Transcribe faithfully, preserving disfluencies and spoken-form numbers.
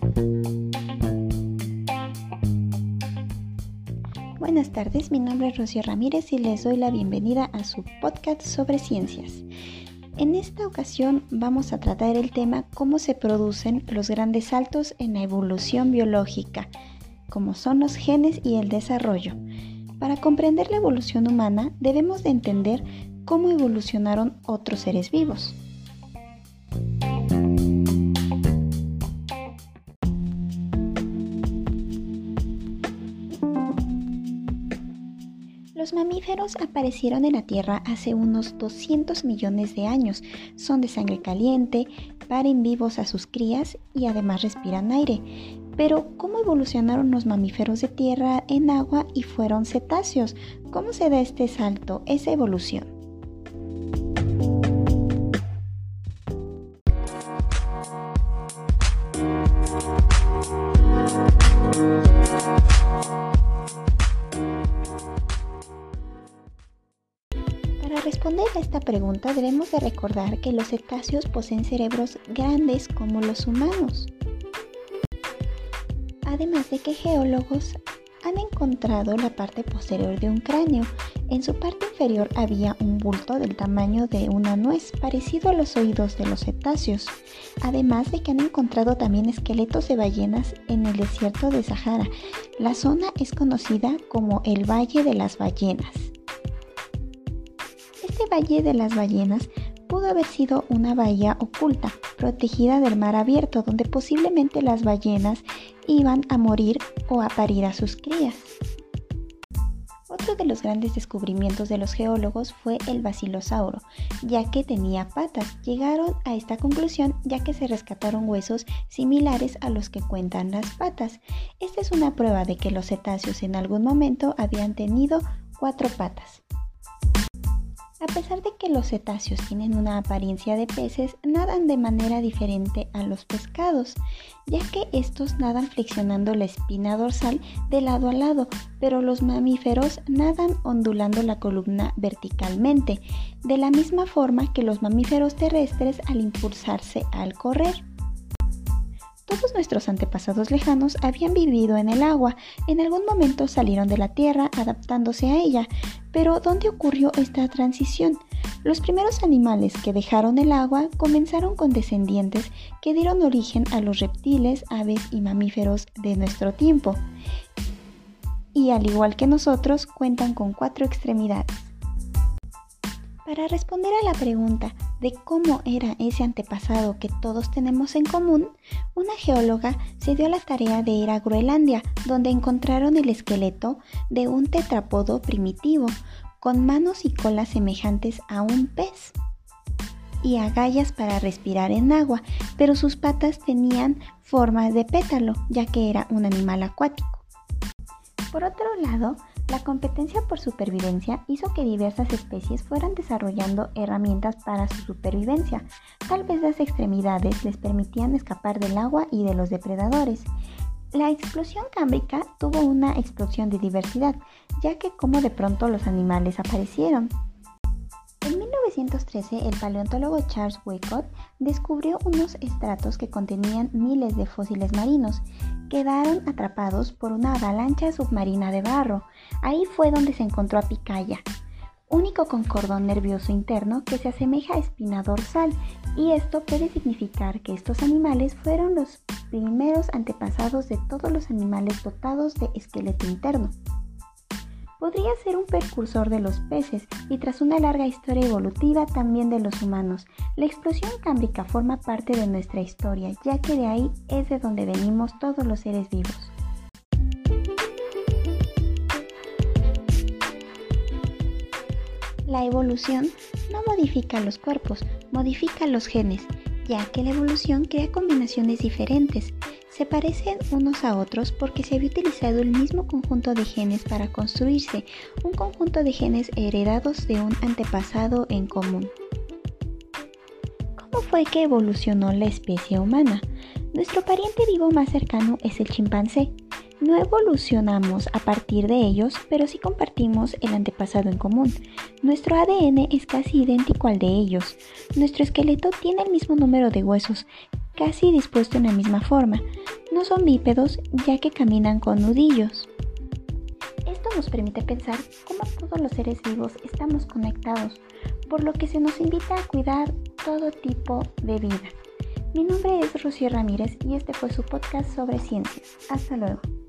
Buenas tardes, mi nombre es Rocío Ramírez y les doy la bienvenida a su podcast sobre ciencias. En esta ocasión vamos a tratar el tema cómo se producen los grandes saltos en la evolución biológica, como son los genes y el desarrollo. Para comprender la evolución humana debemos de entender cómo evolucionaron otros seres vivos. Los mamíferos aparecieron en la Tierra hace unos doscientos millones de años. Son de sangre caliente, paren vivos a sus crías y además respiran aire. Pero, ¿cómo evolucionaron los mamíferos de tierra en agua y fueron cetáceos? ¿Cómo se da este salto, esa evolución? Para responder a esta pregunta debemos de recordar que los cetáceos poseen cerebros grandes como los humanos. Además de que geólogos han encontrado la parte posterior de un cráneo. En su parte inferior había un bulto del tamaño de una nuez, parecido a los oídos de los cetáceos. Además de que han encontrado también esqueletos de ballenas en el desierto de Sahara. La zona es conocida como el Valle de las Ballenas. Este Valle de las Ballenas pudo haber sido una bahía oculta, protegida del mar abierto, donde posiblemente las ballenas iban a morir o a parir a sus crías. Otro de los grandes descubrimientos de los geólogos fue el basilosauro, ya que tenía patas. Llegaron a esta conclusión ya que se rescataron huesos similares a los que cuentan las patas. Esta es una prueba de que los cetáceos en algún momento habían tenido cuatro patas. A pesar de que los cetáceos tienen una apariencia de peces, nadan de manera diferente a los pescados, ya que estos nadan flexionando la espina dorsal de lado a lado, pero los mamíferos nadan ondulando la columna verticalmente, de la misma forma que los mamíferos terrestres al impulsarse al correr. Todos nuestros antepasados lejanos habían vivido en el agua, en algún momento salieron de la tierra adaptándose a ella, pero ¿dónde ocurrió esta transición? Los primeros animales que dejaron el agua comenzaron con descendientes que dieron origen a los reptiles, aves y mamíferos de nuestro tiempo, y al igual que nosotros cuentan con cuatro extremidades. Para responder a la pregunta de cómo era ese antepasado que todos tenemos en común, una geóloga se dio a la tarea de ir a Groenlandia, donde encontraron el esqueleto de un tetrápodo primitivo, con manos y colas semejantes a un pez y agallas para respirar en agua, pero sus patas tenían forma de pétalo, ya que era un animal acuático. Por otro lado, la competencia por supervivencia hizo que diversas especies fueran desarrollando herramientas para su supervivencia. Tal vez las extremidades les permitían escapar del agua y de los depredadores. La explosión cámbrica tuvo una explosión de diversidad, ya que como de pronto los animales aparecieron. En mil novecientos trece, el paleontólogo Charles Wyckoff descubrió unos estratos que contenían miles de fósiles marinos. Quedaron atrapados por una avalancha submarina de barro. Ahí fue donde se encontró a Picaya, único con cordón nervioso interno que se asemeja a espina dorsal, y esto puede significar que estos animales fueron los primeros antepasados de todos los animales dotados de esqueleto interno. Podría ser un precursor de los peces y tras una larga historia evolutiva también de los humanos. La explosión cámbrica forma parte de nuestra historia, ya que de ahí es de donde venimos todos los seres vivos. La evolución no modifica los cuerpos, modifica los genes, ya que la evolución crea combinaciones diferentes. Se parecen unos a otros porque se había utilizado el mismo conjunto de genes para construirse, un conjunto de genes heredados de un antepasado en común. ¿Cómo fue que evolucionó la especie humana? Nuestro pariente vivo más cercano es el chimpancé. No evolucionamos a partir de ellos, pero sí compartimos el antepasado en común. Nuestro A D N es casi idéntico al de ellos. Nuestro esqueleto tiene el mismo número de huesos casi dispuesto en la misma forma. No son bípedos ya que caminan con nudillos. Esto nos permite pensar cómo todos los seres vivos estamos conectados, por lo que se nos invita a cuidar todo tipo de vida. Mi nombre es Rocío Ramírez y este fue su podcast sobre ciencias. Hasta luego.